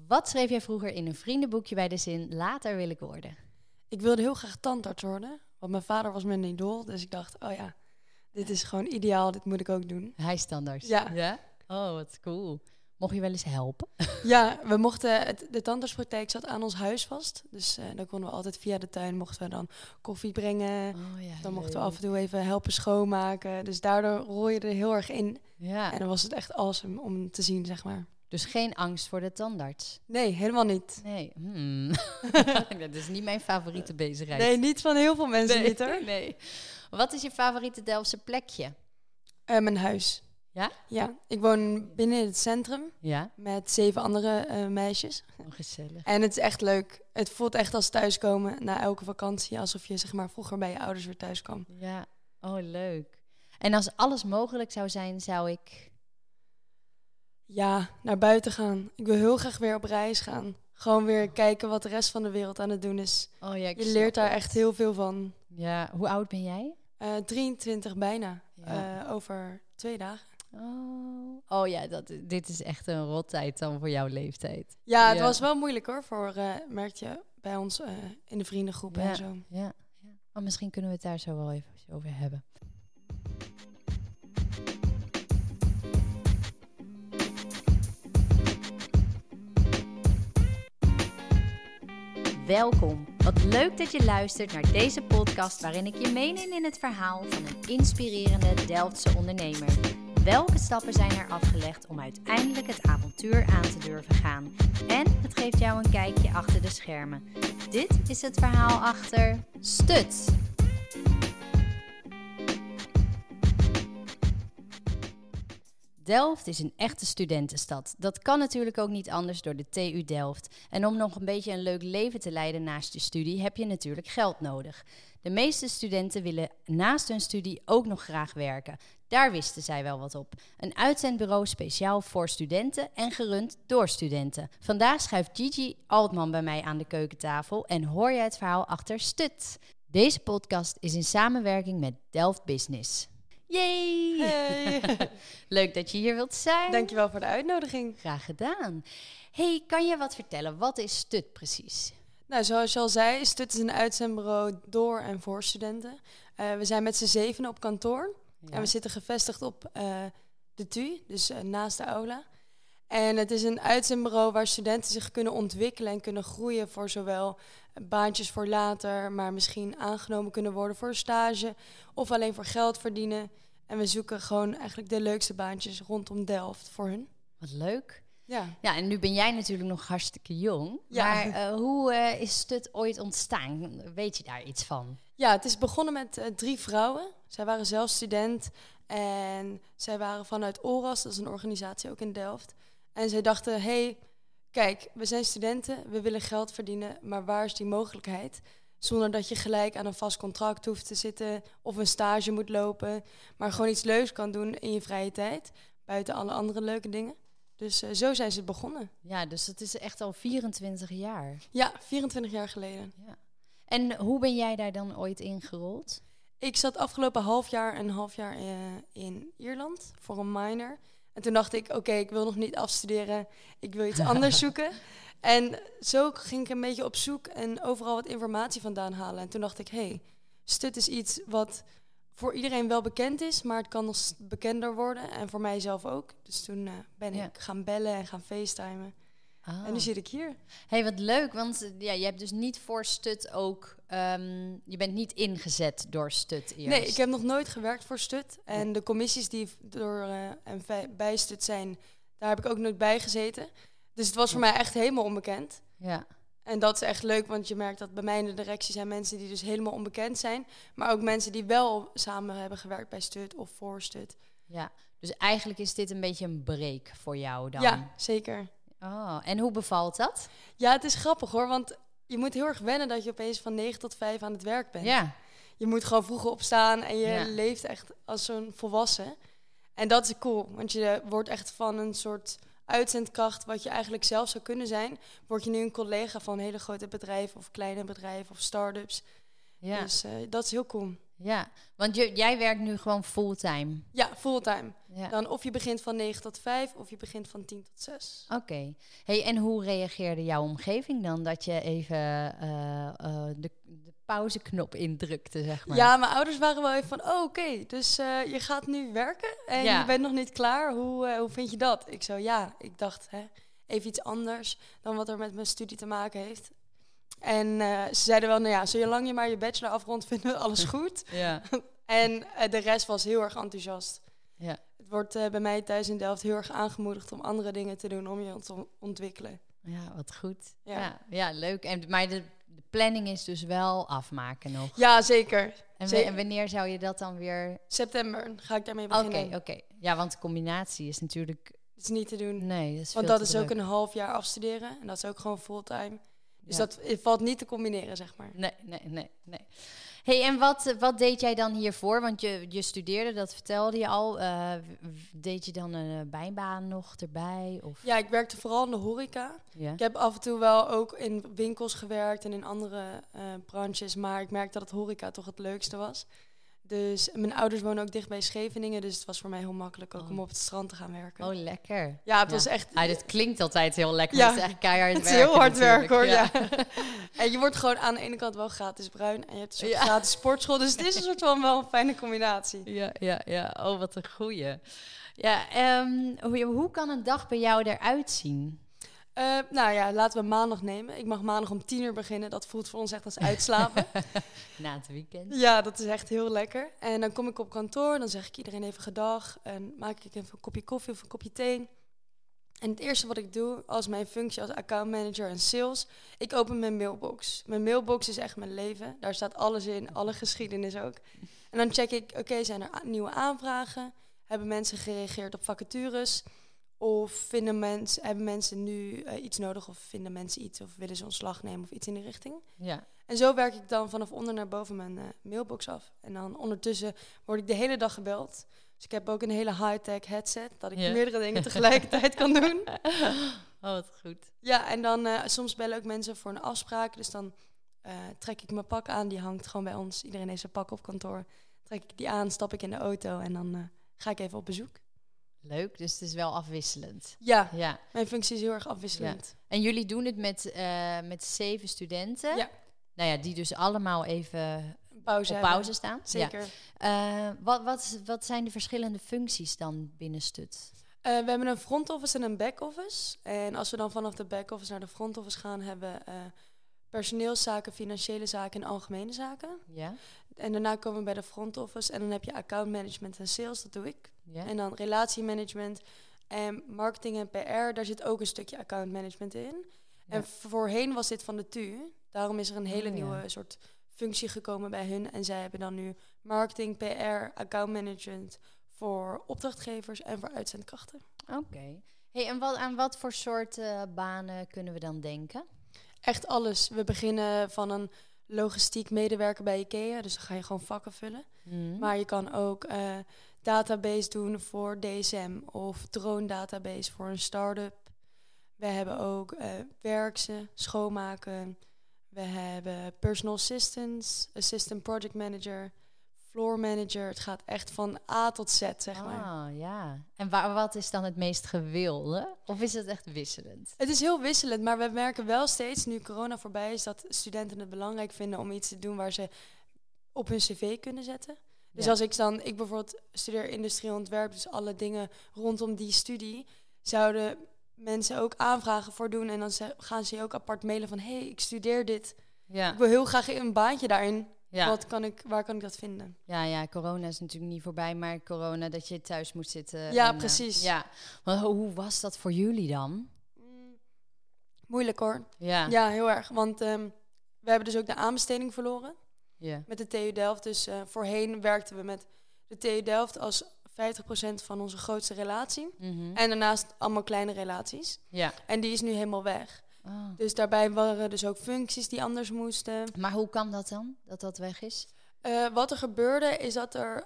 Wat schreef jij vroeger in een vriendenboekje bij de zin later wil ik worden? Ik wilde heel graag tandarts worden, want mijn vader was mijn idool. Dus ik dacht, oh ja, dit is gewoon ideaal, dit moet ik ook doen. Hij is tandarts. Ja. Ja? Oh, wat cool. Mocht je wel eens helpen? Ja, we mochten, de tandartspraktijk zat aan ons huis vast. Dus dan konden we altijd via de tuin, mochten we dan koffie brengen. Oh ja, Dan mochten we leuk. af en toe even helpen schoonmaken. Dus daardoor rol je er heel erg in. Ja, En dan was het echt awesome om te zien, zeg maar. dus geen angst voor de tandarts? Nee, helemaal niet. Nee. Dat is niet mijn favoriete bezigheid. Nee, niet van heel veel mensen niet hoor. Nee. Wat is je favoriete Delftse plekje? Mijn huis. Ja? Ja, ik woon binnen in het centrum Ja, met 7 andere meisjes. gezellig. En het is echt leuk. Het voelt echt als thuiskomen na elke vakantie. Alsof je zeg maar vroeger bij je ouders weer thuis kwam. Ja, oh leuk. En als alles mogelijk zou zijn, zou ik... Ja, naar buiten gaan. Ik wil heel graag weer op reis gaan. Gewoon weer kijken wat de rest van de wereld aan het doen is. Oh ja, ik Je snap leert daar het. echt heel veel van. Ja, hoe oud ben jij? 23 bijna. Ja. Over 2 dagen. Oh ja, dit is echt een rottijd dan voor jouw leeftijd. Ja, het Ja. was wel moeilijk hoor. Merk je bij ons in de vriendengroep en zo. Ja. Oh, misschien kunnen we het daar zo wel even over hebben. Welkom. Wat leuk dat je luistert naar deze podcast waarin ik je meeneem in het verhaal van een inspirerende Delftse ondernemer. Welke stappen zijn er afgelegd om uiteindelijk het avontuur aan te durven gaan? En het geeft jou een kijkje achter de schermen. Dit is het verhaal achter Stut. Delft is een echte studentenstad. Dat kan natuurlijk ook niet anders door de TU Delft. En om nog een beetje een leuk leven te leiden naast je studie heb je natuurlijk geld nodig. De meeste studenten willen naast hun studie ook nog graag werken. Daar wisten zij wel wat op. Een uitzendbureau speciaal voor studenten en gerund door studenten. Vandaag schuift Gigi Altman bij mij aan de keukentafel en hoor je het verhaal achter Stut. Deze podcast is in samenwerking met Delft Business. Yay! Hey. Leuk dat je hier wilt zijn. Dankjewel voor de uitnodiging. Graag gedaan. Hey, kan je wat vertellen? Wat is Stut precies? Nou, zoals je al zei, Stut is een uitzendbureau door en voor studenten. We zijn met z'n 7 op kantoor. Ja. En we zitten gevestigd op de TU, dus naast de aula. En het is een uitzendbureau waar studenten zich kunnen ontwikkelen en kunnen groeien voor zowel baantjes voor later, maar misschien aangenomen kunnen worden voor een stage of alleen voor geld verdienen. En we zoeken gewoon eigenlijk de leukste baantjes rondom Delft voor hun. Wat leuk. Ja. Ja, en nu ben jij natuurlijk nog hartstikke jong. Ja. Maar hoe is Stut ooit ontstaan? Weet je daar iets van? Ja, het is begonnen met 3 vrouwen. Zij waren zelf student en zij waren vanuit ORAS, dat is een organisatie ook in Delft. En zij dachten, hey, kijk, we zijn studenten, we willen geld verdienen, maar waar is die mogelijkheid? Zonder dat je gelijk aan een vast contract hoeft te zitten of een stage moet lopen, maar gewoon iets leuks kan doen in je vrije tijd, buiten alle andere leuke dingen. Dus zo zijn ze begonnen. Ja, dus dat is echt al 24 jaar. Ja, 24 jaar geleden. Ja. En hoe ben jij daar dan ooit ingerold? Ik zat afgelopen half jaar in Ierland voor een minor. En toen dacht ik, oké, ik wil nog niet afstuderen. Ik wil iets anders zoeken. En zo ging ik een beetje op zoek en overal wat informatie vandaan halen. En toen dacht ik, hey, Stut is iets wat voor iedereen wel bekend is, maar het kan nog bekender worden. En voor mijzelf ook. Dus toen ben ik gaan bellen en gaan facetimen. Ah. En nu zit ik hier. Hey, wat leuk, want ja, je hebt dus niet voor Stut ook... je bent niet ingezet door Stut eerst. Nee, ik heb nog nooit gewerkt voor Stut. En de commissies die door en bij Stut zijn, daar heb ik ook nooit bij gezeten. Dus het was voor mij echt helemaal onbekend. Ja. En dat is echt leuk, want je merkt dat bij mij in de directie zijn mensen die dus helemaal onbekend zijn. Maar ook mensen die wel samen hebben gewerkt bij Stut of voor Stut. Ja, dus eigenlijk is dit een beetje een break voor jou dan? Ja, zeker. Oh, en hoe bevalt dat? Ja, het is grappig hoor, want je moet heel erg wennen dat je opeens van 9 tot 5 aan het werk bent. Ja. Je moet gewoon vroeg opstaan en je Ja. leeft echt als zo'n volwassen. En dat is cool, want je wordt echt van een soort uitzendkracht, wat je eigenlijk zelf zou kunnen zijn, word je nu een collega van hele grote bedrijven of kleine bedrijven of start-ups. Ja. Dus dat is heel cool. Ja, want jij werkt nu gewoon fulltime. Ja, fulltime. Ja. Dan of je begint van 9 tot 5 of je begint van 10 tot 6. Oké. Hey, en hoe reageerde jouw omgeving dan dat je even de pauzeknop indrukte, zeg maar? Ja, mijn ouders waren wel even van, oké, dus je gaat nu werken en je bent nog niet klaar. Hoe vind je dat? Ik zo, ja, ik dacht even iets anders dan wat er met mijn studie te maken heeft. En ze zeiden wel, nou ja, zolang je maar je bachelor afrondt, vinden we alles goed. Ja. En de rest was heel erg enthousiast. Ja. Het wordt bij mij thuis in Delft heel erg aangemoedigd om andere dingen te doen, om je te ontwikkelen. Ja, wat goed. Ja. Ja, leuk. Maar de planning is dus wel afmaken nog. Ja, zeker. En wanneer zou je dat dan weer... September ga ik daarmee beginnen. Oké. Ja, want de combinatie is natuurlijk... Dat is niet te doen. Nee, dat is want veel dat te is ook druk. een half jaar afstuderen. En dat is ook gewoon fulltime. Dus Ja. dat valt niet te combineren, zeg maar. Nee. Hey, en wat deed jij dan hiervoor? Want je studeerde, dat vertelde je al. Deed je dan een bijbaan nog erbij? Of? Ja, ik werkte vooral in de horeca. Ja. Ik heb af en toe wel ook in winkels gewerkt en in andere branches. Maar ik merkte dat het horeca toch het leukste was. Dus mijn ouders wonen ook dicht bij Scheveningen. Dus het was voor mij heel makkelijk ook om op het strand te gaan werken. Oh, lekker. Ja, het was echt... Dat klinkt altijd heel lekker. Ja. Het is echt keihard Het werken. is heel hard werk, hoor. Ja. En je wordt gewoon aan de ene kant wel gratis bruin. En je hebt een soort gratis sportschool. Dus het is een soort van wel een fijne combinatie. Ja. Oh, wat een goeie. Ja, hoe kan een dag bij jou eruit zien? Nou ja, laten we maandag nemen. Ik mag maandag om 10:00 beginnen. Dat voelt voor ons echt als uitslapen. Na het weekend. Ja, dat is echt heel lekker. En dan kom ik op kantoor, dan zeg ik iedereen even gedag. En maak ik even een kopje koffie of een kopje thee. En het eerste wat ik doe als mijn functie als accountmanager en sales, ik open mijn mailbox. Mijn mailbox is echt mijn leven. Daar staat alles in, alle geschiedenis ook. En dan check ik, oké, zijn er nieuwe aanvragen? Hebben mensen gereageerd op vacatures? Of hebben mensen nu iets nodig? Of vinden mensen iets? Of willen ze ontslag nemen? Of iets in die richting? Ja. En zo werk ik dan vanaf onder naar boven mijn mailbox af. En dan ondertussen word ik de hele dag gebeld. Dus ik heb ook een hele high-tech headset, dat ik meerdere dingen tegelijkertijd kan doen. Oh, wat goed. Ja, en dan soms bellen ook mensen voor een afspraak. Dus dan trek ik mijn pak aan, die hangt gewoon bij ons. Iedereen heeft zijn pak op kantoor. Trek ik die aan, stap ik in de auto en dan ga ik even op bezoek. Leuk, dus het is wel afwisselend. Ja, Ja. Mijn functie is heel erg afwisselend. Ja. En jullie doen het met 7 studenten? Ja. Nou ja, die dus allemaal even Pauze op hebben. pauze staan? Zeker. Ja. Wat zijn de verschillende functies dan binnen STUD? We hebben een front office en een back office. En als we dan vanaf de back office naar de front office gaan, hebben we personeelszaken, financiële zaken en algemene zaken. Ja. En daarna komen we bij de front office en dan heb je account management en sales, dat doe ik. Ja. En dan relatiemanagement en marketing en PR, daar zit ook een stukje account management in. Ja. En voorheen was dit van de TU, daarom is er een hele nieuwe soort functie gekomen bij hun. En zij hebben dan nu marketing, PR, account management voor opdrachtgevers en voor uitzendkrachten. Oké. Hey, en aan wat voor soort banen kunnen we dan denken? Echt alles. We beginnen van een logistiek medewerker bij IKEA, dus dan ga je gewoon vakken vullen. Maar je kan ook database doen voor DSM of drone database voor een start-up. We hebben ook werksen, schoonmaken. We hebben personal assistants, assistant project manager, floor manager. Het gaat echt van A tot Z, zeg maar. Ah, ja. En wat is dan het meest gewilde? Of is het echt wisselend? Het is heel wisselend, maar we merken wel steeds, nu corona voorbij is, dat studenten het belangrijk vinden om iets te doen waar ze op hun cv kunnen zetten. Dus als ik bijvoorbeeld studeer industrieel ontwerp, dus alle dingen rondom die studie, zouden mensen ook aanvragen voor doen. En dan gaan ze je ook apart mailen van, hey, ik studeer dit. Ja. Ik wil heel graag een baantje daarin. Ja. Waar kan ik dat vinden? Ja, corona is natuurlijk niet voorbij, maar corona dat je thuis moet zitten. Ja, en, precies. Ja. Maar hoe was dat voor jullie dan? Moeilijk hoor. Ja. Ja, heel erg. Want we hebben dus ook de aanbesteding verloren Ja. met de TU Delft. Dus voorheen werkten we met de TU Delft als 50% van onze grootste relatie. Mhm. En daarnaast allemaal kleine relaties. Ja. En die is nu helemaal weg. Oh. Dus daarbij waren dus ook functies die anders moesten. Maar hoe kan dat dan, dat dat weg is? Wat er gebeurde is dat er...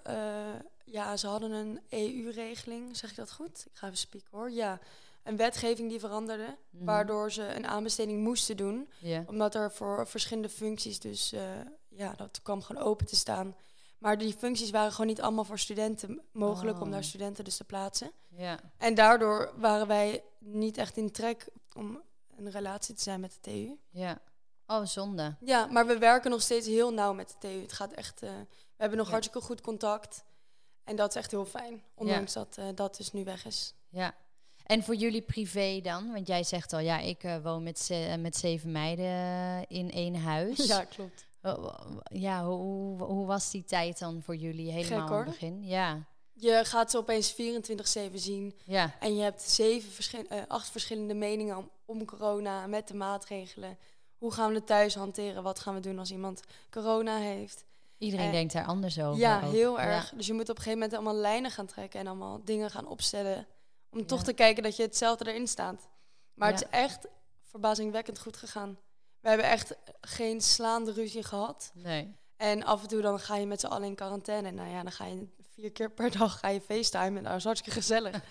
ze hadden een EU-regeling, zeg ik dat goed? Ik ga even spieken hoor. Ja, een wetgeving die veranderde, waardoor ze een aanbesteding moesten doen. Ja. Omdat er voor verschillende functies dus... dat kwam gewoon open te staan. Maar die functies waren gewoon niet allemaal voor studenten mogelijk om daar studenten dus te plaatsen. Ja. En daardoor waren wij niet echt in trek om een relatie te zijn met de TU. Ja. Oh, zonde. Ja, maar we werken nog steeds heel nauw met de TU. Het gaat echt... we hebben nog hartstikke goed contact. En dat is echt heel fijn. Ondanks dat dat dus nu weg is. Ja. En voor jullie privé dan? Want jij zegt al, ja, ik woon met 7 meiden in 1 huis. Ja, klopt. Ja, hoe was die tijd dan voor jullie helemaal Gek, in het begin? Ja. Je gaat ze opeens 24/7 zien. Ja. En je hebt 8 verschillende meningen om corona met de maatregelen. Hoe gaan we het thuis hanteren? Wat gaan we doen als iemand corona heeft? Iedereen denkt daar anders over. Ja, ook. heel erg. Dus je moet op een gegeven moment allemaal lijnen gaan trekken en allemaal dingen gaan opstellen. Om toch te kijken dat je hetzelfde erin staat. Maar het is echt verbazingwekkend goed gegaan. We hebben echt geen slaande ruzie gehad. Nee. En af en toe dan ga je met z'n allen in quarantaine. Nou ja, dan ga je 4 keer per dag FaceTime. En dat is hartstikke gezellig.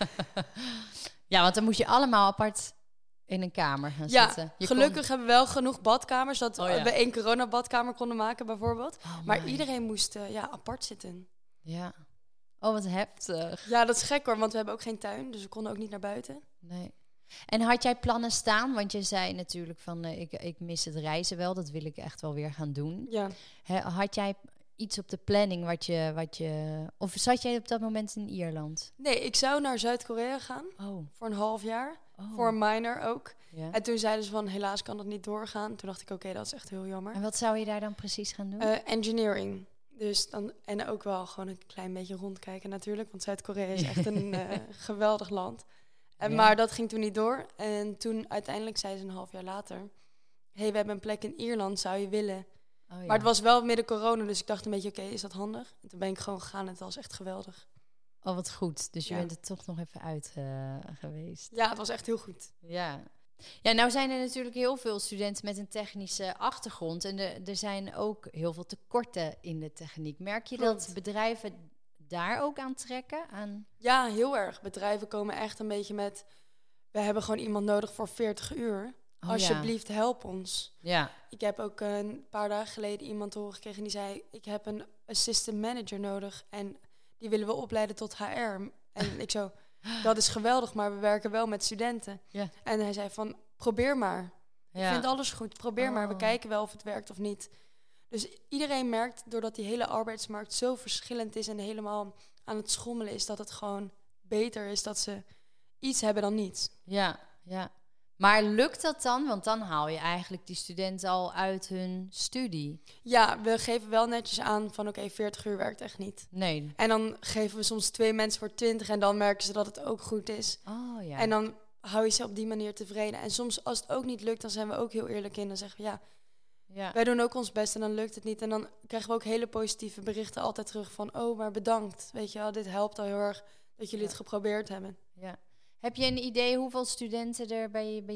Ja, want dan moet je allemaal apart in een kamer gaan zitten. Gelukkig hebben we wel genoeg badkamers. Dat we 1 coronabadkamer konden maken bijvoorbeeld. Maar iedereen moest apart zitten. Ja. Oh, wat heftig. Ja, dat is gek hoor, want we hebben ook geen tuin. Dus we konden ook niet naar buiten. Nee. En had jij plannen staan? Want je zei natuurlijk van, ik mis het reizen wel. Dat wil ik echt wel weer gaan doen. Ja. Had jij iets op de planning wat je... Of zat jij op dat moment in Ierland? Nee, ik zou naar Zuid-Korea gaan. Voor een half jaar. Voor een minor ook. Ja. En toen zeiden ze van, helaas kan dat niet doorgaan. Toen dacht ik, oké, dat is echt heel jammer. En wat zou je daar dan precies gaan doen? Engineering. Dus dan, en ook wel gewoon een klein beetje rondkijken natuurlijk. Want Zuid-Korea is echt een geweldig land. Maar dat ging toen niet door. En toen uiteindelijk zei ze een half jaar later... we hebben een plek in Ierland, zou je willen? Maar het was wel midden corona, dus ik dacht een beetje, oké, is dat handig? En toen ben ik gewoon gegaan en het was echt geweldig. Oh, wat goed. Dus je bent er toch nog even uit geweest. Ja, het was echt heel goed. Ja. Ja, nou zijn er natuurlijk heel veel studenten met een technische achtergrond. En er zijn ook heel veel tekorten in de techniek. Merk je dat bedrijven daar ook aan trekken? Ja, heel erg. Bedrijven komen echt een beetje met... we hebben gewoon iemand nodig voor 40 uur. Alsjeblieft, help ons. Ja. Ik heb ook een paar dagen geleden iemand te horen gekregen... en die zei, ik heb een assistant manager nodig... en die willen we opleiden tot HR. En ik zo, dat is geweldig, maar we werken wel met studenten. Ja. En hij zei van, probeer maar. Ja. Ik vind alles goed, probeer maar. We kijken wel of het werkt of niet. Dus iedereen merkt, doordat die hele arbeidsmarkt zo verschillend is... en helemaal aan het schommelen is, dat het gewoon beter is... dat ze iets hebben dan niets. Ja, ja. Maar lukt dat dan? Want dan haal je eigenlijk die studenten al uit hun studie. Ja, we geven wel netjes aan van oké, 40 uur werkt echt niet. Nee. En dan geven we soms 2 mensen voor 20 en dan merken ze dat het ook goed is. Oh, ja. En dan hou je ze op die manier tevreden. En soms als het ook niet lukt, dan zijn we ook heel eerlijk in. Dan zeggen we ja, wij doen ook ons best en dan lukt het niet. En dan krijgen we ook hele positieve berichten altijd terug van... oh, maar bedankt. Weet je wel, dit helpt al heel erg dat jullie het geprobeerd hebben. Ja. Heb je een idee hoeveel studenten er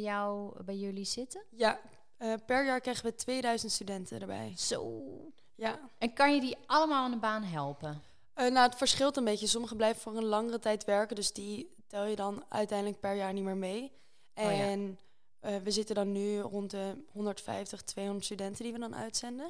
bij jullie zitten? Ja, per jaar krijgen we 2000 studenten erbij. Zo. Ja. En kan je die allemaal aan de baan helpen? Nou, het verschilt een beetje. Sommigen blijven voor een langere tijd werken, dus die tel je dan uiteindelijk per jaar niet meer mee. En we zitten dan nu rond de 150, 200 studenten die we dan uitzenden.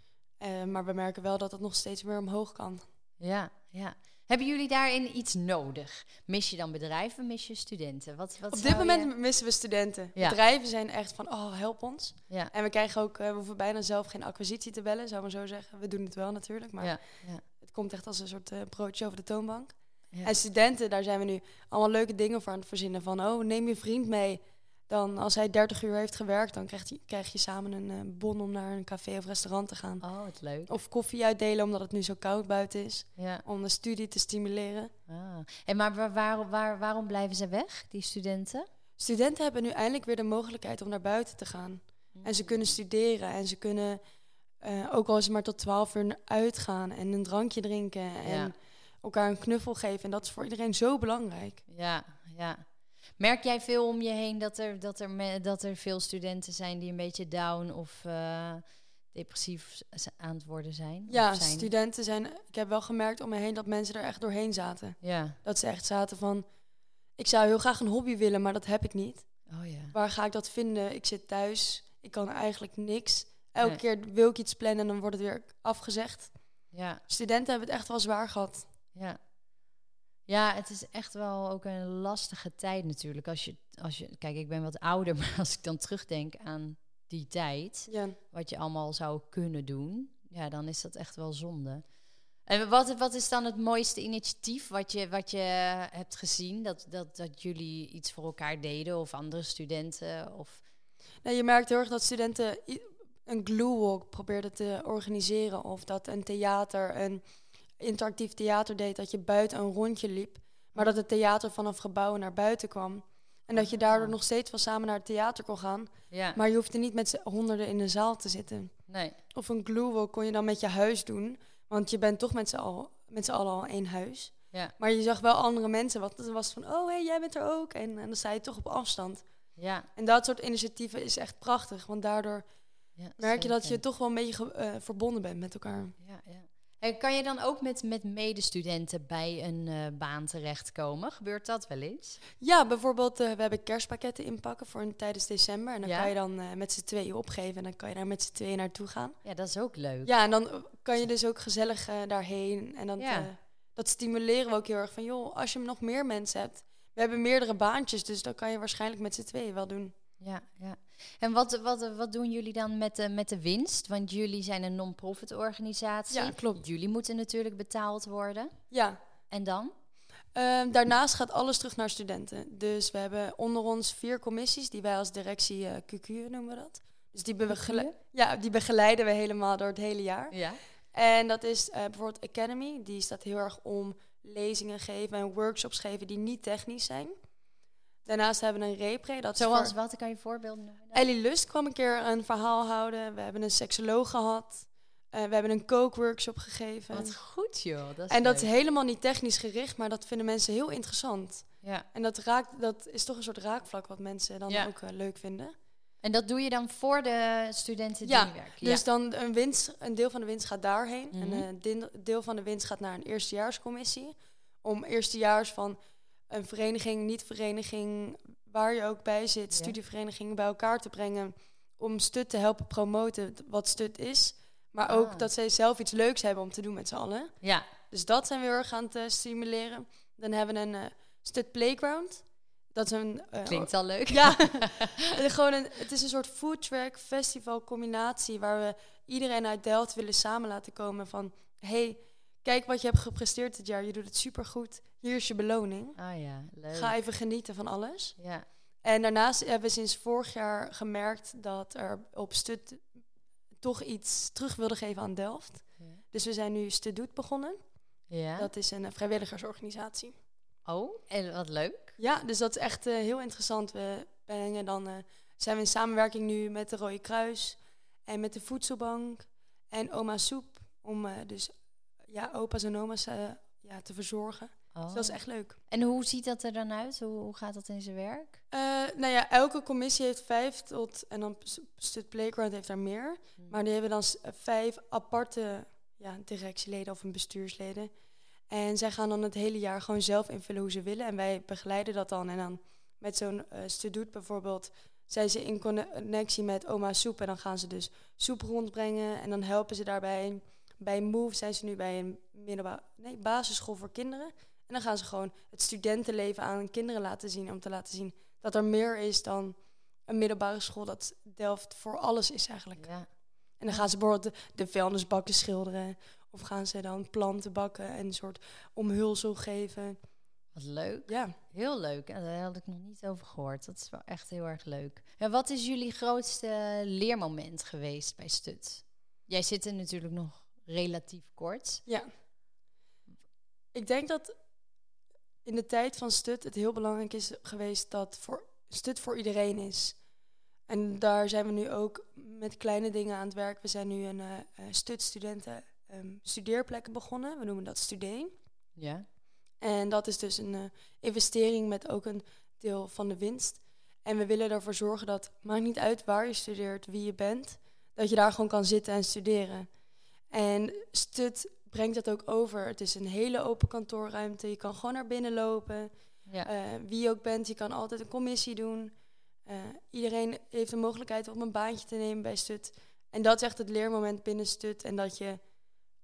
Maar we merken wel dat het nog steeds meer omhoog kan. Ja, ja. Hebben jullie daarin iets nodig? Mis je dan bedrijven, mis je studenten? Wat op dit moment missen we studenten. Ja. Bedrijven zijn echt van, oh, help ons. Ja. En we krijgen ook, we hoeven bijna zelf geen acquisitie te bellen, zou maar zo zeggen. We doen het wel natuurlijk, maar het komt echt als een soort broodje over de toonbank. Ja. En studenten, daar zijn we nu allemaal leuke dingen voor aan het verzinnen. Van, oh, neem je vriend mee. Dan als hij 30 uur heeft gewerkt, dan krijg je samen een bon om naar een café of restaurant te gaan. Oh, wat leuk. Of koffie uitdelen, omdat het nu zo koud buiten is. Ja. Om de studie te stimuleren. Ah. En maar waarom blijven ze weg, die studenten? Studenten hebben nu eindelijk weer de mogelijkheid om naar buiten te gaan. En ze kunnen studeren en ze kunnen ook al eens maar tot 12 uur uitgaan en een drankje drinken en elkaar een knuffel geven. En dat is voor iedereen zo belangrijk. Ja, ja. Merk jij veel om je heen dat er veel studenten zijn die een beetje down of depressief aan het worden zijn? Ja, studenten zijn... Ik heb wel gemerkt om me heen dat mensen er echt doorheen zaten. Ja. Dat ze echt zaten van... Ik zou heel graag een hobby willen, maar dat heb ik niet. Oh, ja. Waar ga ik dat vinden? Ik zit thuis. Ik kan eigenlijk niks. Elke keer wil ik iets plannen en dan wordt het weer afgezegd. Ja, Studenten hebben het echt wel zwaar gehad. ja. Ja, het is echt wel ook een lastige tijd natuurlijk. Kijk, ik ben wat ouder, maar als ik dan terugdenk aan die tijd, Ja. wat je allemaal zou kunnen doen, ja, dan is dat echt wel zonde. En wat is dan het mooiste initiatief wat je hebt gezien? Dat jullie iets voor elkaar deden of andere studenten? Of... Nou, je merkt heel erg dat studenten een glue walk probeerden te organiseren. Of dat een theater, een interactief theater deed, dat je buiten een rondje liep. Maar dat het theater vanaf gebouwen naar buiten kwam. En dat je daardoor nog steeds wel samen naar het theater kon gaan. Ja. Maar je hoefde niet met z'n honderden in de zaal te zitten. Nee. Of een glue walk kon je dan met je huis doen. Want je bent toch met z'n allen al één huis. Ja. Maar je zag wel andere mensen. Want het was van, oh hey, jij bent er ook. En dan sta je toch op afstand. Ja. En dat soort initiatieven is echt prachtig. Want daardoor merk je dat je zeker. toch wel een beetje verbonden bent met elkaar. Ja, ja. En kan je dan ook met medestudenten bij een baan terechtkomen? Gebeurt dat wel eens? Ja, bijvoorbeeld, we hebben kerstpakketten inpakken voor tijdens december. En dan Ja? kan je dan met z'n tweeën opgeven. En dan kan je daar met z'n tweeën naartoe gaan. Ja, dat is ook leuk. Ja, en dan kan je dus ook gezellig daarheen. En dan, Ja. dat stimuleren we ook heel erg van, joh, als je nog meer mensen hebt. We hebben meerdere baantjes, dus dan kan je waarschijnlijk met z'n tweeën wel doen. Ja, ja. En wat doen jullie dan met de winst? Want jullie zijn een non-profit organisatie. Ja, klopt. Jullie moeten natuurlijk betaald worden. Ja. En dan? Daarnaast gaat alles terug naar studenten. Dus we hebben onder ons 4 commissies die wij als directie QQ noemen we dat. Dus die begeleiden we helemaal door het hele jaar. Ja. En dat is bijvoorbeeld Academy. Die staat heel erg om lezingen geven en workshops geven die niet technisch zijn. Daarnaast hebben we een repre. Dat Zoals wat? Kan je voorbeelden noemen? Ellie Lust kwam een keer een verhaal houden. We hebben een seksoloog gehad. We hebben een kookworkshop gegeven. Wat goed joh. Dat is helemaal niet technisch gericht, maar dat vinden mensen heel interessant. Ja. En dat is toch een soort raakvlak wat mensen dan ook leuk vinden. En dat doe je dan voor de studenten die werken? Dus dan een deel van de winst gaat daarheen. Mhm. En een deel van de winst gaat naar een eerstejaarscommissie. Om eerstejaars van een vereniging, niet-vereniging, waar je ook bij zit, studieverenigingen bij elkaar te brengen. Om STUD te helpen promoten wat STUD is. Maar ook dat zij zelf iets leuks hebben om te doen met z'n allen. Ja. Dus dat zijn we heel erg aan het stimuleren. Dan hebben we een STUD Playground. Dat is een... Klinkt al leuk. Ja, het is een soort foodtrack festival combinatie waar we iedereen uit Delft willen samen laten komen van, hey, kijk wat je hebt gepresteerd dit jaar, je doet het supergoed, hier is je beloning. Ah ja, leuk. Ga even genieten van alles. Ja. En daarnaast hebben we sinds vorig jaar gemerkt dat er op STUD toch iets terug wilde geven aan Delft. Ja. Dus we zijn nu STUD Doet begonnen. Ja. Dat is een vrijwilligersorganisatie. Oh, en wat leuk. Ja, dus dat is echt heel interessant. We brengen dan, zijn we in samenwerking nu met de Rode Kruis en met de Voedselbank en Oma Soep. Om dus opa's en oma's te verzorgen. Oh. Dus dat is echt leuk. En hoe ziet dat er dan uit? Hoe gaat dat in zijn werk? Elke commissie heeft 5 en dan STUD Playground heeft daar meer. Maar die hebben dan 5 aparte directieleden of een bestuursleden. En zij gaan dan het hele jaar gewoon zelf invullen hoe ze willen. En wij begeleiden dat dan. En dan met zo'n STUD Doet bijvoorbeeld, zijn ze in connectie met Oma Soep. En dan gaan ze dus soep rondbrengen. En dan helpen ze daarbij. Bij Move zijn ze nu bij een basisschool voor kinderen. En dan gaan ze gewoon het studentenleven aan kinderen laten zien. Om te laten zien dat er meer is dan een middelbare school. Dat Delft voor alles is eigenlijk. Ja. En dan gaan ze bijvoorbeeld de vuilnisbakken schilderen. Of gaan ze dan planten bakken en een soort omhulsel geven. Wat leuk. Ja. Heel leuk. Daar had ik nog niet over gehoord. Dat is wel echt heel erg leuk. Ja, wat is jullie grootste leermoment geweest bij STUD? Jij zit er natuurlijk nog relatief kort. Ja. Ik denk dat in de tijd van STUD het heel belangrijk is geweest dat STUD voor iedereen is. En daar zijn we nu ook met kleine dingen aan het werk. We zijn nu een STUD-studenten studeerplekken begonnen. We noemen dat Studeen. Ja. En dat is dus een investering met ook een deel van de winst. En we willen ervoor zorgen dat, maakt niet uit waar je studeert, wie je bent, dat je daar gewoon kan zitten en studeren. En STUD brengt dat ook over. Het is een hele open kantoorruimte. Je kan gewoon naar binnen lopen. Ja. Wie je ook bent, je kan altijd een commissie doen. Iedereen heeft de mogelijkheid om een baantje te nemen bij STUD. En dat is echt het leermoment binnen STUD. En dat je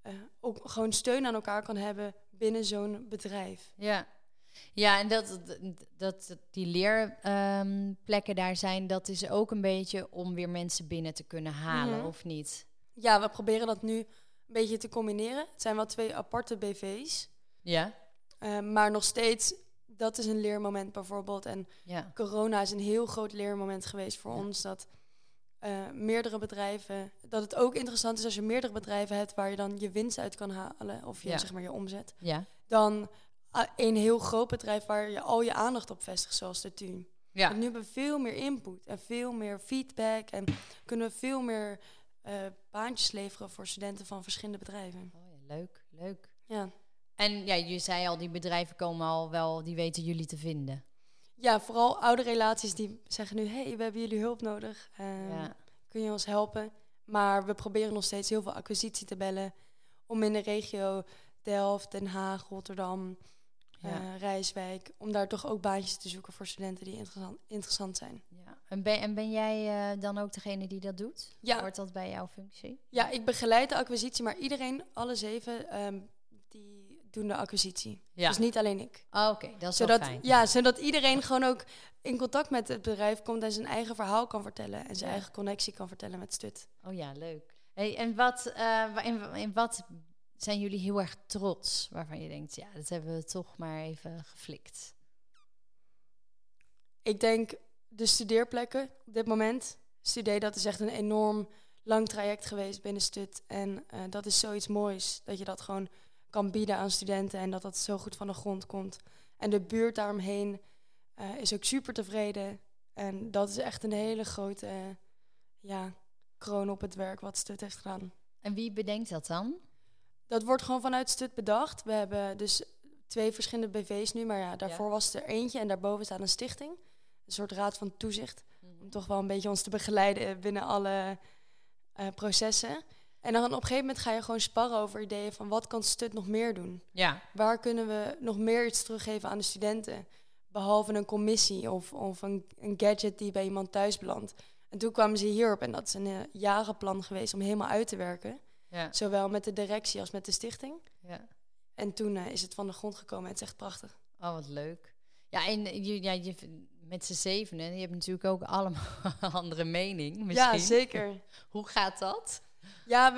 ook gewoon steun aan elkaar kan hebben binnen zo'n bedrijf. Ja. Ja, en dat die leerplekken daar zijn, dat is ook een beetje om weer mensen binnen te kunnen halen, of niet? Ja, we proberen dat nu een beetje te combineren. Het zijn wel 2 aparte BV's. Ja. Maar nog steeds, dat is een leermoment bijvoorbeeld. En corona is een heel groot leermoment geweest voor ons. Dat meerdere bedrijven, dat het ook interessant is als je meerdere bedrijven hebt waar je dan je winst uit kan halen. Of je, zeg maar, je omzet. Ja. Dan een heel groot bedrijf waar je al je aandacht op vestigt, zoals de TU. Ja. En nu hebben we veel meer input en veel meer feedback. En kunnen we veel meer baantjes leveren voor studenten van verschillende bedrijven. Oh ja, leuk. Ja. En ja, je zei al, die bedrijven komen al wel, die weten jullie te vinden. Ja, vooral oude relaties die zeggen nu, hey, we hebben jullie hulp nodig. Kun je ons helpen? Maar we proberen nog steeds heel veel acquisitie te bellen om in de regio Delft, Den Haag, Rotterdam, Rijswijk, om daar toch ook baantjes te zoeken voor studenten die interessant zijn. Ja. En ben jij dan ook degene die dat doet? Ja. Hoort dat bij jouw functie? Ja, ik begeleid de acquisitie, maar iedereen, alle 7, die doen de acquisitie. Ja. Dus niet alleen ik. Oh, oké, dat is wel fijn. Ja, zodat iedereen gewoon ook in contact met het bedrijf komt en zijn eigen verhaal kan vertellen en zijn eigen connectie kan vertellen met STUD. Oh ja, leuk. Hey, en in wat zijn jullie heel erg trots, waarvan je denkt, ja, dat hebben we toch maar even geflikt? Ik denk de studeerplekken op dit moment. Dat is echt een enorm lang traject geweest binnen STUD. En dat is zoiets moois, dat je dat gewoon kan bieden aan studenten en dat dat zo goed van de grond komt. En de buurt daaromheen is ook super tevreden. En dat is echt een hele grote kroon op het werk wat STUD heeft gedaan. En wie bedenkt dat dan? Dat wordt gewoon vanuit STUD bedacht. We hebben dus 2 verschillende BV's nu, maar daarvoor was er eentje en daarboven staat een stichting. Een soort raad van toezicht. Om toch wel een beetje ons te begeleiden binnen alle processen. En dan op een gegeven moment ga je gewoon sparren over ideeën van wat kan STUD nog meer doen? Ja. Waar kunnen we nog meer iets teruggeven aan de studenten? Behalve een commissie of een gadget die bij iemand thuis belandt. En toen kwamen ze hierop en dat is een jarenplan geweest om helemaal uit te werken. Ja. Zowel met de directie als met de stichting. Ja. En toen is het van de grond gekomen. Het is echt prachtig. Oh, wat leuk. Ja, en je met z'n 7, je hebt natuurlijk ook allemaal een andere mening. Misschien. Ja, zeker. Hoe gaat dat? Ja,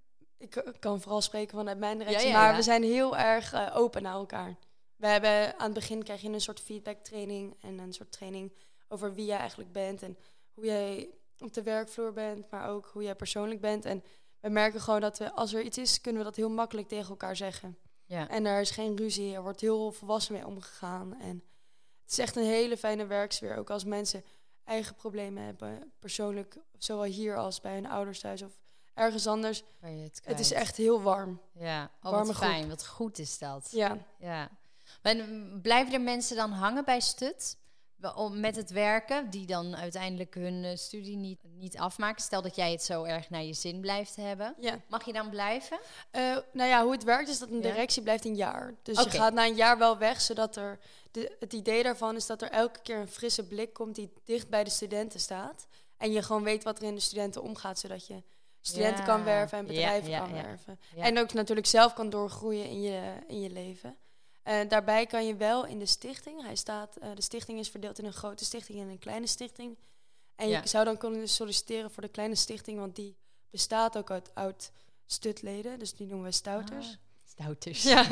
ik kan vooral spreken vanuit mijn directie, maar we zijn heel erg open naar elkaar. We hebben aan het begin krijg je een soort feedback training en een soort training over wie jij eigenlijk bent en hoe jij op de werkvloer bent, maar ook hoe jij persoonlijk bent. En we merken gewoon dat als er iets is, kunnen we dat heel makkelijk tegen elkaar zeggen. Ja. En er is geen ruzie, er wordt heel volwassen mee omgegaan. En het is echt een hele fijne werksfeer, ook als mensen eigen problemen hebben, persoonlijk, zowel hier als bij hun ouders thuis of ergens anders. Het is echt heel warm. Ja, wat fijn, wat goed is dat. Ja. Maar blijven er mensen dan hangen bij STUD met het werken, die dan uiteindelijk hun studie niet afmaken? Stel dat jij het zo erg naar je zin blijft hebben. Ja. Mag je dan blijven? Hoe het werkt is dat een directie blijft een jaar. Dus je gaat na een jaar wel weg, zodat het idee daarvan is dat er elke keer een frisse blik komt die dicht bij de studenten staat. En je gewoon weet wat er in de studenten omgaat, zodat je studenten kan werven en bedrijven kan werven. Ja. En ook natuurlijk zelf kan doorgroeien in je leven. Daarbij kan je wel in de stichting. De stichting is verdeeld in een grote stichting en een kleine stichting. En je zou dan kunnen solliciteren voor de kleine stichting, want die bestaat ook uit oud-STUD-leden. Dus die noemen we stouters. Stouters. Ja.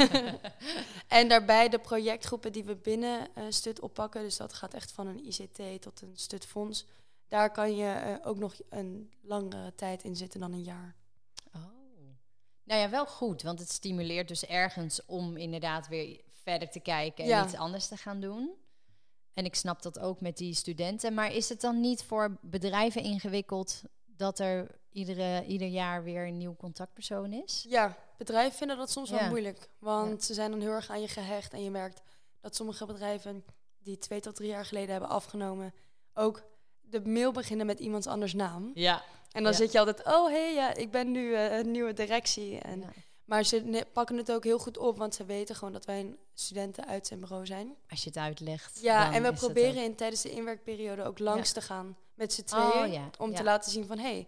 En daarbij de projectgroepen die we binnen STUD oppakken. Dus dat gaat echt van een ICT tot een STUD-fonds. Daar kan je ook nog een langere tijd in zitten dan een jaar. Oh. Nou ja, wel goed, want het stimuleert dus ergens om inderdaad weer verder te kijken en iets anders te gaan doen. En ik snap dat ook met die studenten. Maar is het dan niet voor bedrijven ingewikkeld dat er ieder jaar weer een nieuw contactpersoon is? Ja, bedrijven vinden dat soms wel moeilijk. Want ze zijn dan heel erg aan je gehecht. En je merkt dat sommige bedrijven die 2 tot 3 jaar geleden hebben afgenomen, ook de mail beginnen met iemands anders naam. Ja. En dan zit je altijd, ik ben nu een nieuwe directie. Maar ze pakken het ook heel goed op, want ze weten gewoon dat wij studenten uit zijn bureau zijn. Als je het uitlegt. Ja, en we proberen tijdens de inwerkperiode ook langs te gaan met z'n tweeën. Om te laten zien van,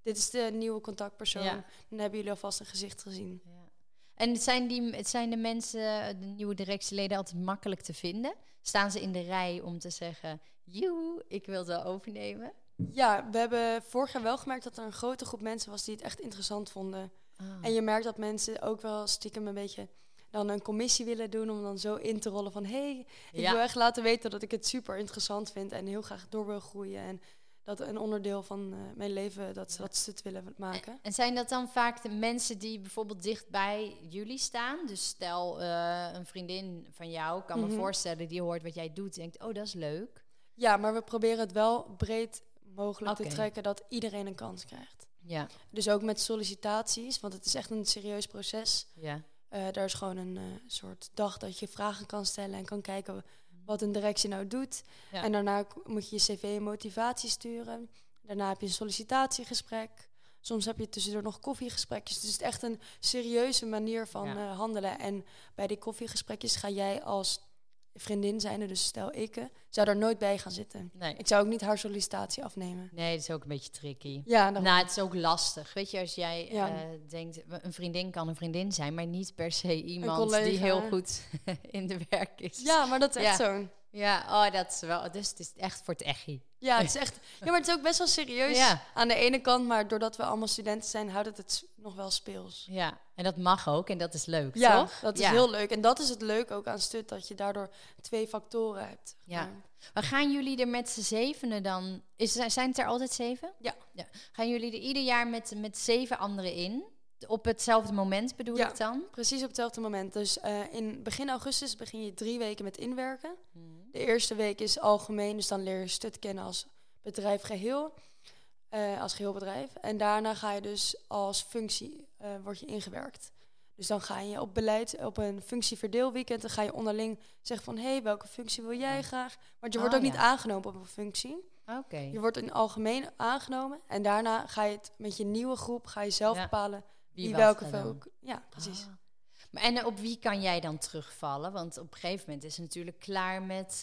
dit is de nieuwe contactpersoon. Ja. Dan hebben jullie alvast een gezicht gezien. Ja. En zijn de mensen, de nieuwe directieleden, altijd makkelijk te vinden? Staan ze in de rij om te zeggen, joe, ik wil het wel overnemen? Ja, we hebben vorig jaar wel gemerkt dat er een grote groep mensen was die het echt interessant vonden. Oh. En je merkt dat mensen ook wel stiekem een beetje dan een commissie willen doen om dan zo in te rollen van ik wil echt laten weten dat ik het super interessant vind en heel graag door wil groeien. En dat een onderdeel van mijn leven, dat ze dat stut willen maken. En zijn dat dan vaak de mensen die bijvoorbeeld dicht bij jullie staan? Dus stel, een vriendin van jou, kan me voorstellen, die hoort wat jij doet en denkt, oh, dat is leuk. Ja, maar we proberen het wel breed mogelijk te trekken dat iedereen een kans krijgt. Ja. Dus ook met sollicitaties, want het is echt een serieus proces. Ja. Daar is gewoon een soort dag dat je vragen kan stellen en kan kijken wat een directie nou doet. Ja. En daarna moet je je cv en motivatie sturen. Daarna heb je een sollicitatiegesprek. Soms heb je tussendoor nog koffiegesprekjes. Dus het is echt een serieuze manier van handelen. En bij die koffiegesprekjes ga jij als vriendin zijn, dus stel ik, zou daar nooit bij gaan zitten. Nee. Ik zou ook niet haar sollicitatie afnemen. Nee, dat is ook een beetje tricky. Ja, nou, het is ook lastig. Weet je, als jij denkt, een vriendin kan een vriendin zijn, maar niet per se iemand die heel goed in de werk is. Ja, maar dat is echt zo. Ja, oh, dat is wel. Dus het is echt voor het echie. Ja, het is echt. Ja, maar het is ook best wel serieus aan de ene kant, maar doordat we allemaal studenten zijn, houdt het nog wel speels. Ja, en dat mag ook en dat is leuk, ja, toch? Dat is heel leuk. En dat is het leuk ook aan STUD, dat je daardoor 2 factoren hebt. Ja. Maar gaan jullie er met z'n 7 dan? Zijn het er altijd 7? Ja. Gaan jullie er ieder jaar met 7 anderen in? Op hetzelfde moment bedoel ik dan? Precies op hetzelfde moment. Dus in begin augustus begin je 3 weken met inwerken. De eerste week is algemeen, dus dan leer je STUD kennen als bedrijf geheel. Als geheel bedrijf. En daarna ga je dus als functie, word je ingewerkt. Dus dan ga je op beleid, op een functieverdeelweekend, dan ga je onderling zeggen van, welke functie wil jij graag? Want je wordt ook niet aangenomen op een functie. Okay. Je wordt in het algemeen aangenomen. En daarna ga je het met je nieuwe groep, ga je zelf bepalen wie welke functie. Ja, precies. En op wie kan jij dan terugvallen? Want op een gegeven moment is het natuurlijk klaar met...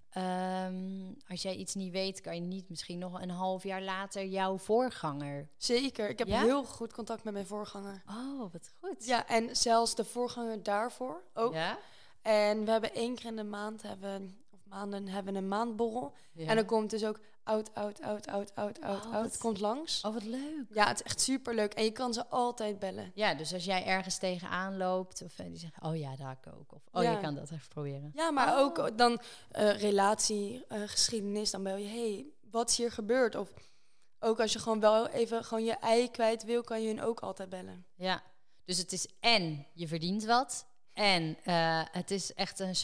als jij iets niet weet, kan je niet misschien nog een half jaar later jouw voorganger... Zeker, ik heb heel goed contact met mijn voorganger. Oh, wat goed. Ja, en zelfs de voorganger daarvoor ook. Ja? En we hebben 1 keer in de maand, maanden hebben een maandborrel. Ja. En dan komt dus ook oud. Het komt langs. Oh, wat leuk. Ja, het is echt superleuk. En je kan ze altijd bellen. Ja, dus als jij ergens tegenaan loopt, of die zeggen, oh ja, daar ook. Of je kan dat even proberen. Ja, maar ook dan relatie, geschiedenis, dan bel je, wat is hier gebeurd? Of ook als je gewoon wel even gewoon je ei kwijt wil, kan je hun ook altijd bellen. Ja, dus het is en je verdient wat, en het is echt een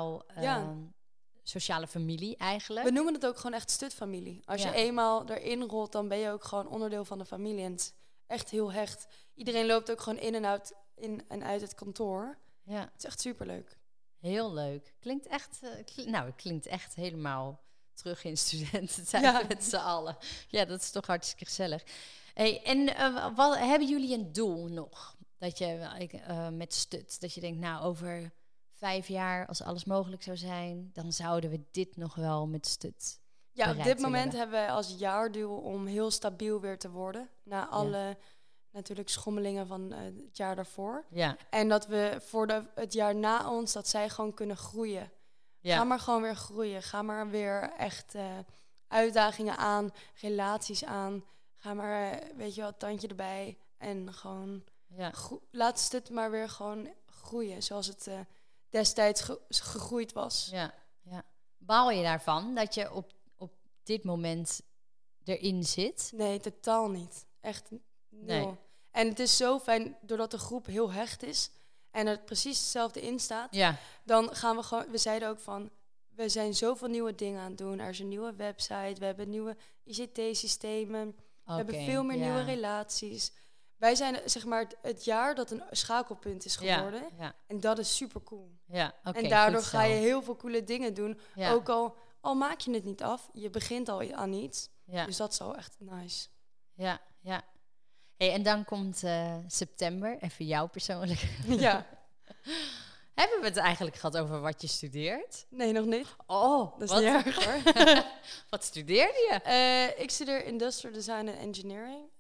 sociale familie eigenlijk. We noemen het ook gewoon echt STUD-familie. Als je eenmaal erin rolt, dan ben je ook gewoon onderdeel van de familie. En het is echt heel hecht. Iedereen loopt ook gewoon in en uit het kantoor. Ja. Het is echt superleuk. Heel leuk. Klinkt echt, het klinkt echt helemaal terug in studententijd met z'n allen. Ja, dat is toch hartstikke gezellig. Hey, en hebben jullie een doel nog? Dat je met STUD, dat je denkt, over 5 jaar, als alles mogelijk zou zijn, dan zouden we dit nog wel met STUD. Ja, op dit moment hebben wij als jaardoel om heel stabiel weer te worden. Na alle natuurlijk schommelingen van het jaar daarvoor. Ja. En dat we voor het jaar na ons, dat zij gewoon kunnen groeien. Ja. Ga maar gewoon weer groeien. Ga maar weer echt uitdagingen aan, relaties aan. Ga maar, tandje erbij. En gewoon laat STUD maar weer gewoon groeien, zoals het destijds gegroeid was. Ja. Baal je daarvan dat je op dit moment erin zit? Nee, totaal niet. Echt nul. Nee. En het is zo fijn, doordat de groep heel hecht is en er precies hetzelfde in staat, dan gaan we gewoon... We zeiden ook van, we zijn zoveel nieuwe dingen aan het doen. Er is een nieuwe website, we hebben nieuwe ICT-systemen, we hebben veel meer nieuwe relaties. Wij zijn het jaar dat een schakelpunt is geworden. Ja. En dat is super cool. Ja, en daardoor ga je heel veel coole dingen doen. Ja. Ook al maak je het niet af, je begint al aan iets. Ja. Dus dat is al echt nice. Ja. Hey, en dan komt september, even jou persoonlijk. Ja. Hebben we het eigenlijk gehad over wat je studeert? Nee, nog niet. Oh, dat is niet erg hoor. Wat studeerde je? Ik studeer Industrial Design en Engineering.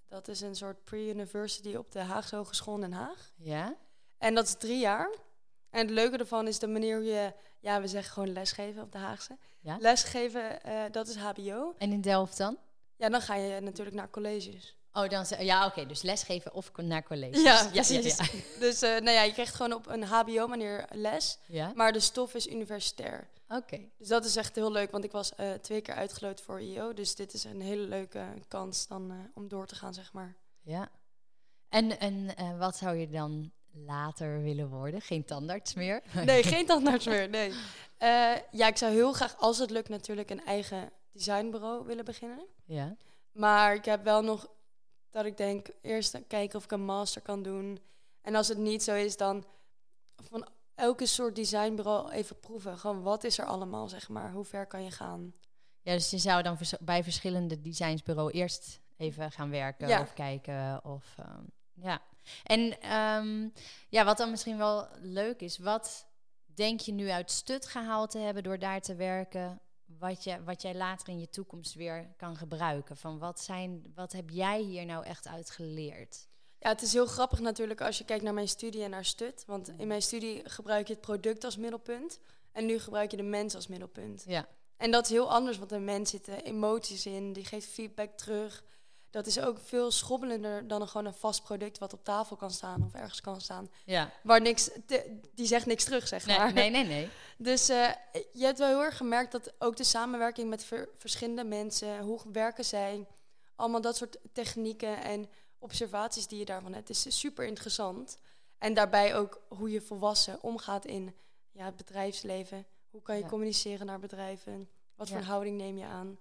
Dat is een soort pre-university op de Haagse Hogeschool in Den Haag. Ja? En dat is 3 jaar. En het leuke ervan is de manier hoe je... Ja, we zeggen gewoon lesgeven op de Haagse. Ja? Lesgeven, dat is hbo. En in Delft dan? Ja, dan ga je natuurlijk naar colleges. Oh, dan oké, dus lesgeven of naar colleges. Ja, precies. Dus je krijgt gewoon op een hbo-manier les. Ja? Maar de stof is universitair. Oké. Dus dat is echt heel leuk, want ik was 2 keer uitgeloot voor IO. Dus dit is een hele leuke kans dan om door te gaan, zeg maar. Ja. En wat zou je dan later willen worden? Geen tandarts meer? Nee, geen tandarts meer, nee. Ik zou heel graag, als het lukt natuurlijk, een eigen designbureau willen beginnen. Ja. Maar ik heb wel nog dat ik denk, eerst kijken of ik een master kan doen. En als het niet zo is, dan van elke soort designbureau even proeven. Gewoon, wat is er allemaal, zeg maar? Hoe ver kan je gaan? Ja, dus je zou dan bij verschillende designsbureaus eerst even gaan werken of kijken. Ja. En wat dan misschien wel leuk is, wat denk je nu uit Stut gehaald te hebben door daar te werken, wat jij later in je toekomst weer kan gebruiken? Van wat heb jij hier nou echt uit geleerd? Ja, het is heel grappig natuurlijk als je kijkt naar mijn studie en naar Stut. Want in mijn studie gebruik je het product als middelpunt. En nu gebruik je de mens als middelpunt. Ja. En dat is heel anders, want een mens zitten emoties in. Die geeft feedback terug. Dat is ook veel schobbelender dan gewoon een vast product wat op tafel kan staan of ergens kan staan. Ja. Waar die zegt niks terug, zeg maar. Nee. Dus je hebt wel heel erg gemerkt dat ook de samenwerking met verschillende mensen, hoe werken zij, allemaal dat soort technieken en observaties die je daarvan hebt, is super interessant. En daarbij ook hoe je volwassen omgaat in het bedrijfsleven. Hoe kan je communiceren naar bedrijven? Wat voor houding neem je aan?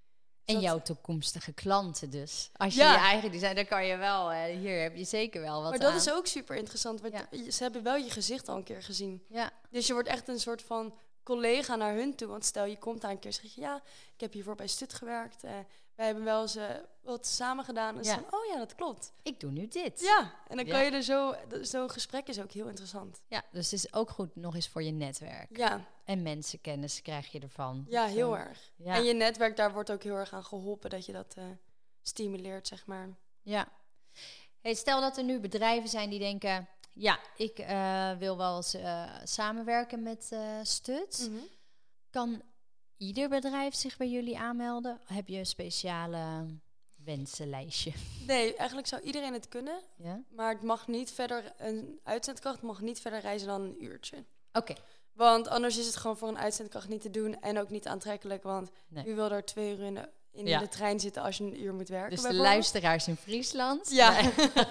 En jouw toekomstige klanten dus. Als je je eigen design, dan kan je wel... hier heb je zeker wel wat Maar dat aan. is ook super interessant, want ze hebben wel je gezicht al een keer gezien. Ja. Dus je wordt echt een soort van collega naar hun toe. Want stel, je komt daar een keer en zeg je... Ja, ik heb hiervoor bij Stut gewerkt. Wij hebben wel eens wat samen gedaan. En dan, oh ja, dat klopt. Ik doe nu dit. Ja, en dan kan je er zo'n gesprek is ook heel interessant. Ja, dus het is ook goed nog eens voor je netwerk. Ja. En mensenkennis krijg je ervan. Ja, heel erg. Ja. En je netwerk, daar wordt ook heel erg aan geholpen dat je dat stimuleert, zeg maar. Ja. Hey, stel dat er nu bedrijven zijn die denken... Ja, ik wil wel eens samenwerken met Stut. Mm-hmm. Kan ieder bedrijf zich bij jullie aanmelden? Heb je een speciale wensenlijstje? Nee, eigenlijk zou iedereen het kunnen. Ja? Maar het mag niet verder, een uitzendkracht mag niet verder reizen dan een uurtje. Oké. Want anders is het gewoon voor een uitzendkracht niet te doen en ook niet aantrekkelijk. Want u wil er 2 uur in de trein zitten als je een uur moet werken. Dus de luisteraars in Friesland? Ja.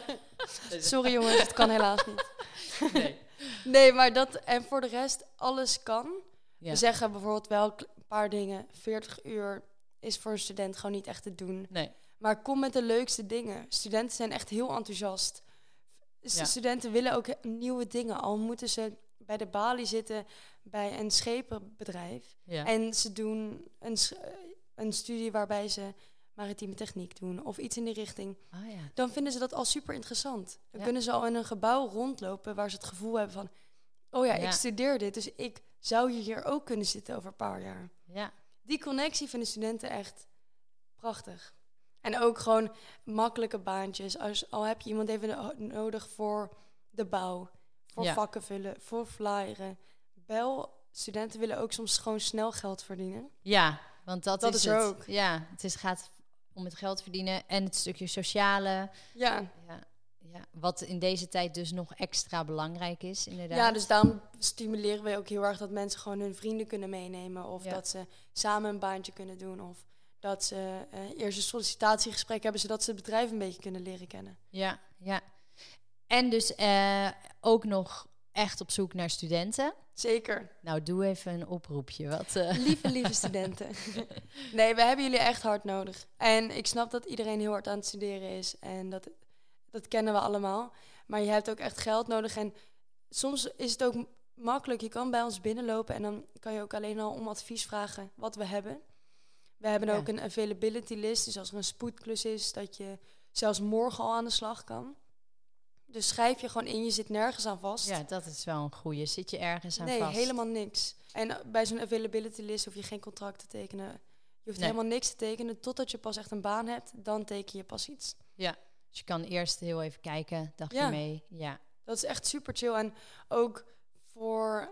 Nee. Sorry jongens, het kan helaas niet. Nee. Nee, maar dat en voor de rest, alles kan. Ja. We zeggen bijvoorbeeld wel een paar dingen. 40 uur is voor een student gewoon niet echt te doen. Nee. Maar kom met de leukste dingen. Studenten zijn echt heel enthousiast. Studenten willen ook nieuwe dingen. Al moeten ze bij de balie zitten bij een schepenbedrijf. Ja. En ze doen een studie waarbij ze maritieme techniek doen of iets in die richting. Oh, ja. Dan vinden ze dat al super interessant. Dan kunnen ze al in een gebouw rondlopen waar ze het gevoel hebben van... Oh ja, ik studeer dit, dus ik zou hier ook kunnen zitten over een paar jaar. Ja. Die connectie vinden studenten echt prachtig. En ook gewoon makkelijke baantjes. Al heb je iemand even nodig voor de bouw, voor vakken vullen, voor flyeren. Studenten willen ook soms gewoon snel geld verdienen. Ja, want dat is er het. Ook. Ja, het gaat om het geld verdienen en het stukje sociale. Ja. Wat in deze tijd dus nog extra belangrijk is, inderdaad. Ja, dus daarom stimuleren we ook heel erg dat mensen gewoon hun vrienden kunnen meenemen. Of dat ze samen een baantje kunnen doen. Of dat ze eerst een sollicitatiegesprek hebben, zodat ze het bedrijf een beetje kunnen leren kennen. Ja. En dus ook nog echt op zoek naar studenten. Zeker. Nou, doe even een oproepje. Lieve studenten. Nee, we hebben jullie echt hard nodig. En ik snap dat iedereen heel hard aan het studeren is. En dat kennen we allemaal. Maar je hebt ook echt geld nodig. En soms is het ook makkelijk. Je kan bij ons binnenlopen en dan kan je ook alleen al om advies vragen wat we hebben. We hebben ook een availability list. Dus als er een spoedklus is, dat je zelfs morgen al aan de slag kan. Dus schrijf je gewoon in, je zit nergens aan vast. Ja, dat is wel een goeie. Zit je ergens aan vast? vast? Nee, helemaal niks. En bij zo'n availability list hoef je geen contract te tekenen. Je Je hoeft Nee. helemaal niks te tekenen totdat je pas echt een baan hebt. Dan teken je pas iets. Ja. Dus je kan eerst heel even kijken, dacht Ja. je mee? Ja. Dat is echt super chill. En ook voor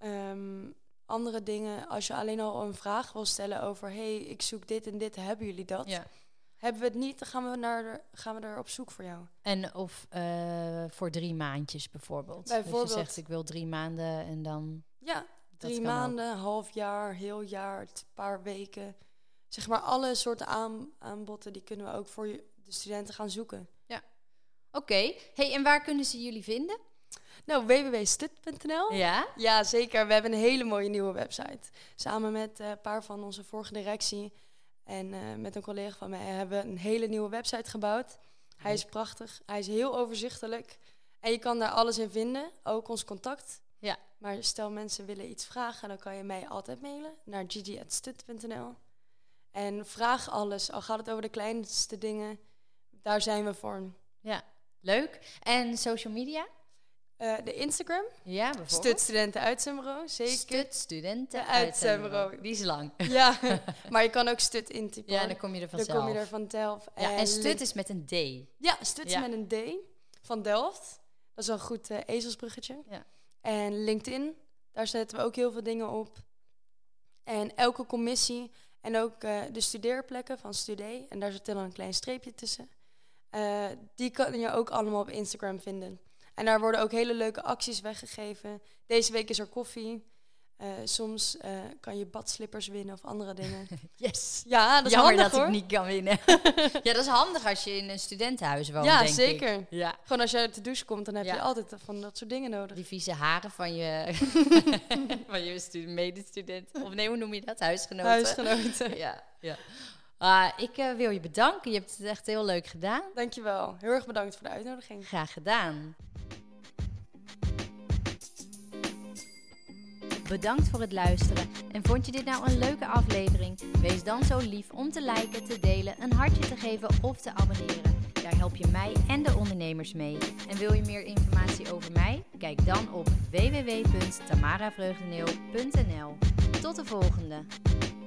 andere dingen, als je alleen al een vraag wil stellen over... hey, ik zoek dit en dit, hebben jullie dat? Ja. Hebben we het niet, dan gaan we er op zoek voor jou. En of voor 3 maandjes bijvoorbeeld. Bijvoorbeeld. Dat je zegt, ik wil 3 maanden en dan... Ja, Dat 3 kan ook. maanden, half jaar, heel jaar, een paar weken. Zeg maar alle soorten aanbodden, die kunnen we ook voor de studenten gaan zoeken. Oké. Hey, en waar kunnen ze jullie vinden? Nou, www.stut.nl. Ja? Ja, zeker. We hebben een hele mooie nieuwe website. Samen met een paar van onze vorige directie en met een collega van mij hebben we een hele nieuwe website gebouwd. Hij is prachtig. Hij is heel overzichtelijk. En je kan daar alles in vinden, ook ons contact. Ja. Maar stel mensen willen iets vragen, dan kan je mij altijd mailen naar gigi@stut.nl. En vraag alles, al gaat het over de kleinste dingen. Daar zijn we voor. Ja. Leuk. En social media? De Instagram, Ja, bijvoorbeeld. Stut Studenten uit Zemmero, zeker. Stut Studenten Uit uit Zemmero. Zemmero. Die is lang. Ja, maar je kan ook Stut intypen. Ja, hoor. dan kom je er Dan vanzelf. kom je er vanzelf. Ja, en Stut is met een D. Ja, Stut is Ja. met een D van Delft. Dat is wel een goed ezelsbruggetje. Ja. En LinkedIn, daar zetten we ook heel veel dingen op. En elke commissie en ook de studeerplekken van Studé. En daar zit dan een klein streepje tussen. Die kan je ook allemaal op Instagram vinden. En daar worden ook hele leuke acties weggegeven. Deze week is er koffie. Soms kan je badslippers winnen of andere dingen. Yes. Ja, dat is Jammer handig, dat hoor. ik niet kan winnen. Ja, dat is handig als je in een studentenhuis woont, Ja, denk zeker. ik. Ja. Gewoon als je uit de douche komt, dan heb Ja. je altijd van dat soort dingen nodig. Die vieze haren van je, van je medestudent. Of nee, hoe noem je dat? Huisgenoten. Huisgenoten. Ja, ja. Ik wil je bedanken. Je hebt het echt heel leuk gedaan. Dankjewel. Heel erg bedankt voor de uitnodiging. Graag gedaan. Bedankt voor het luisteren. En vond je dit nou een leuke aflevering? Wees dan zo lief om te liken, te delen, een hartje te geven of te abonneren. Daar help je mij en de ondernemers mee. En wil je meer informatie over mij? Kijk dan op www.tamaravreugdeneel.nl. Tot de volgende!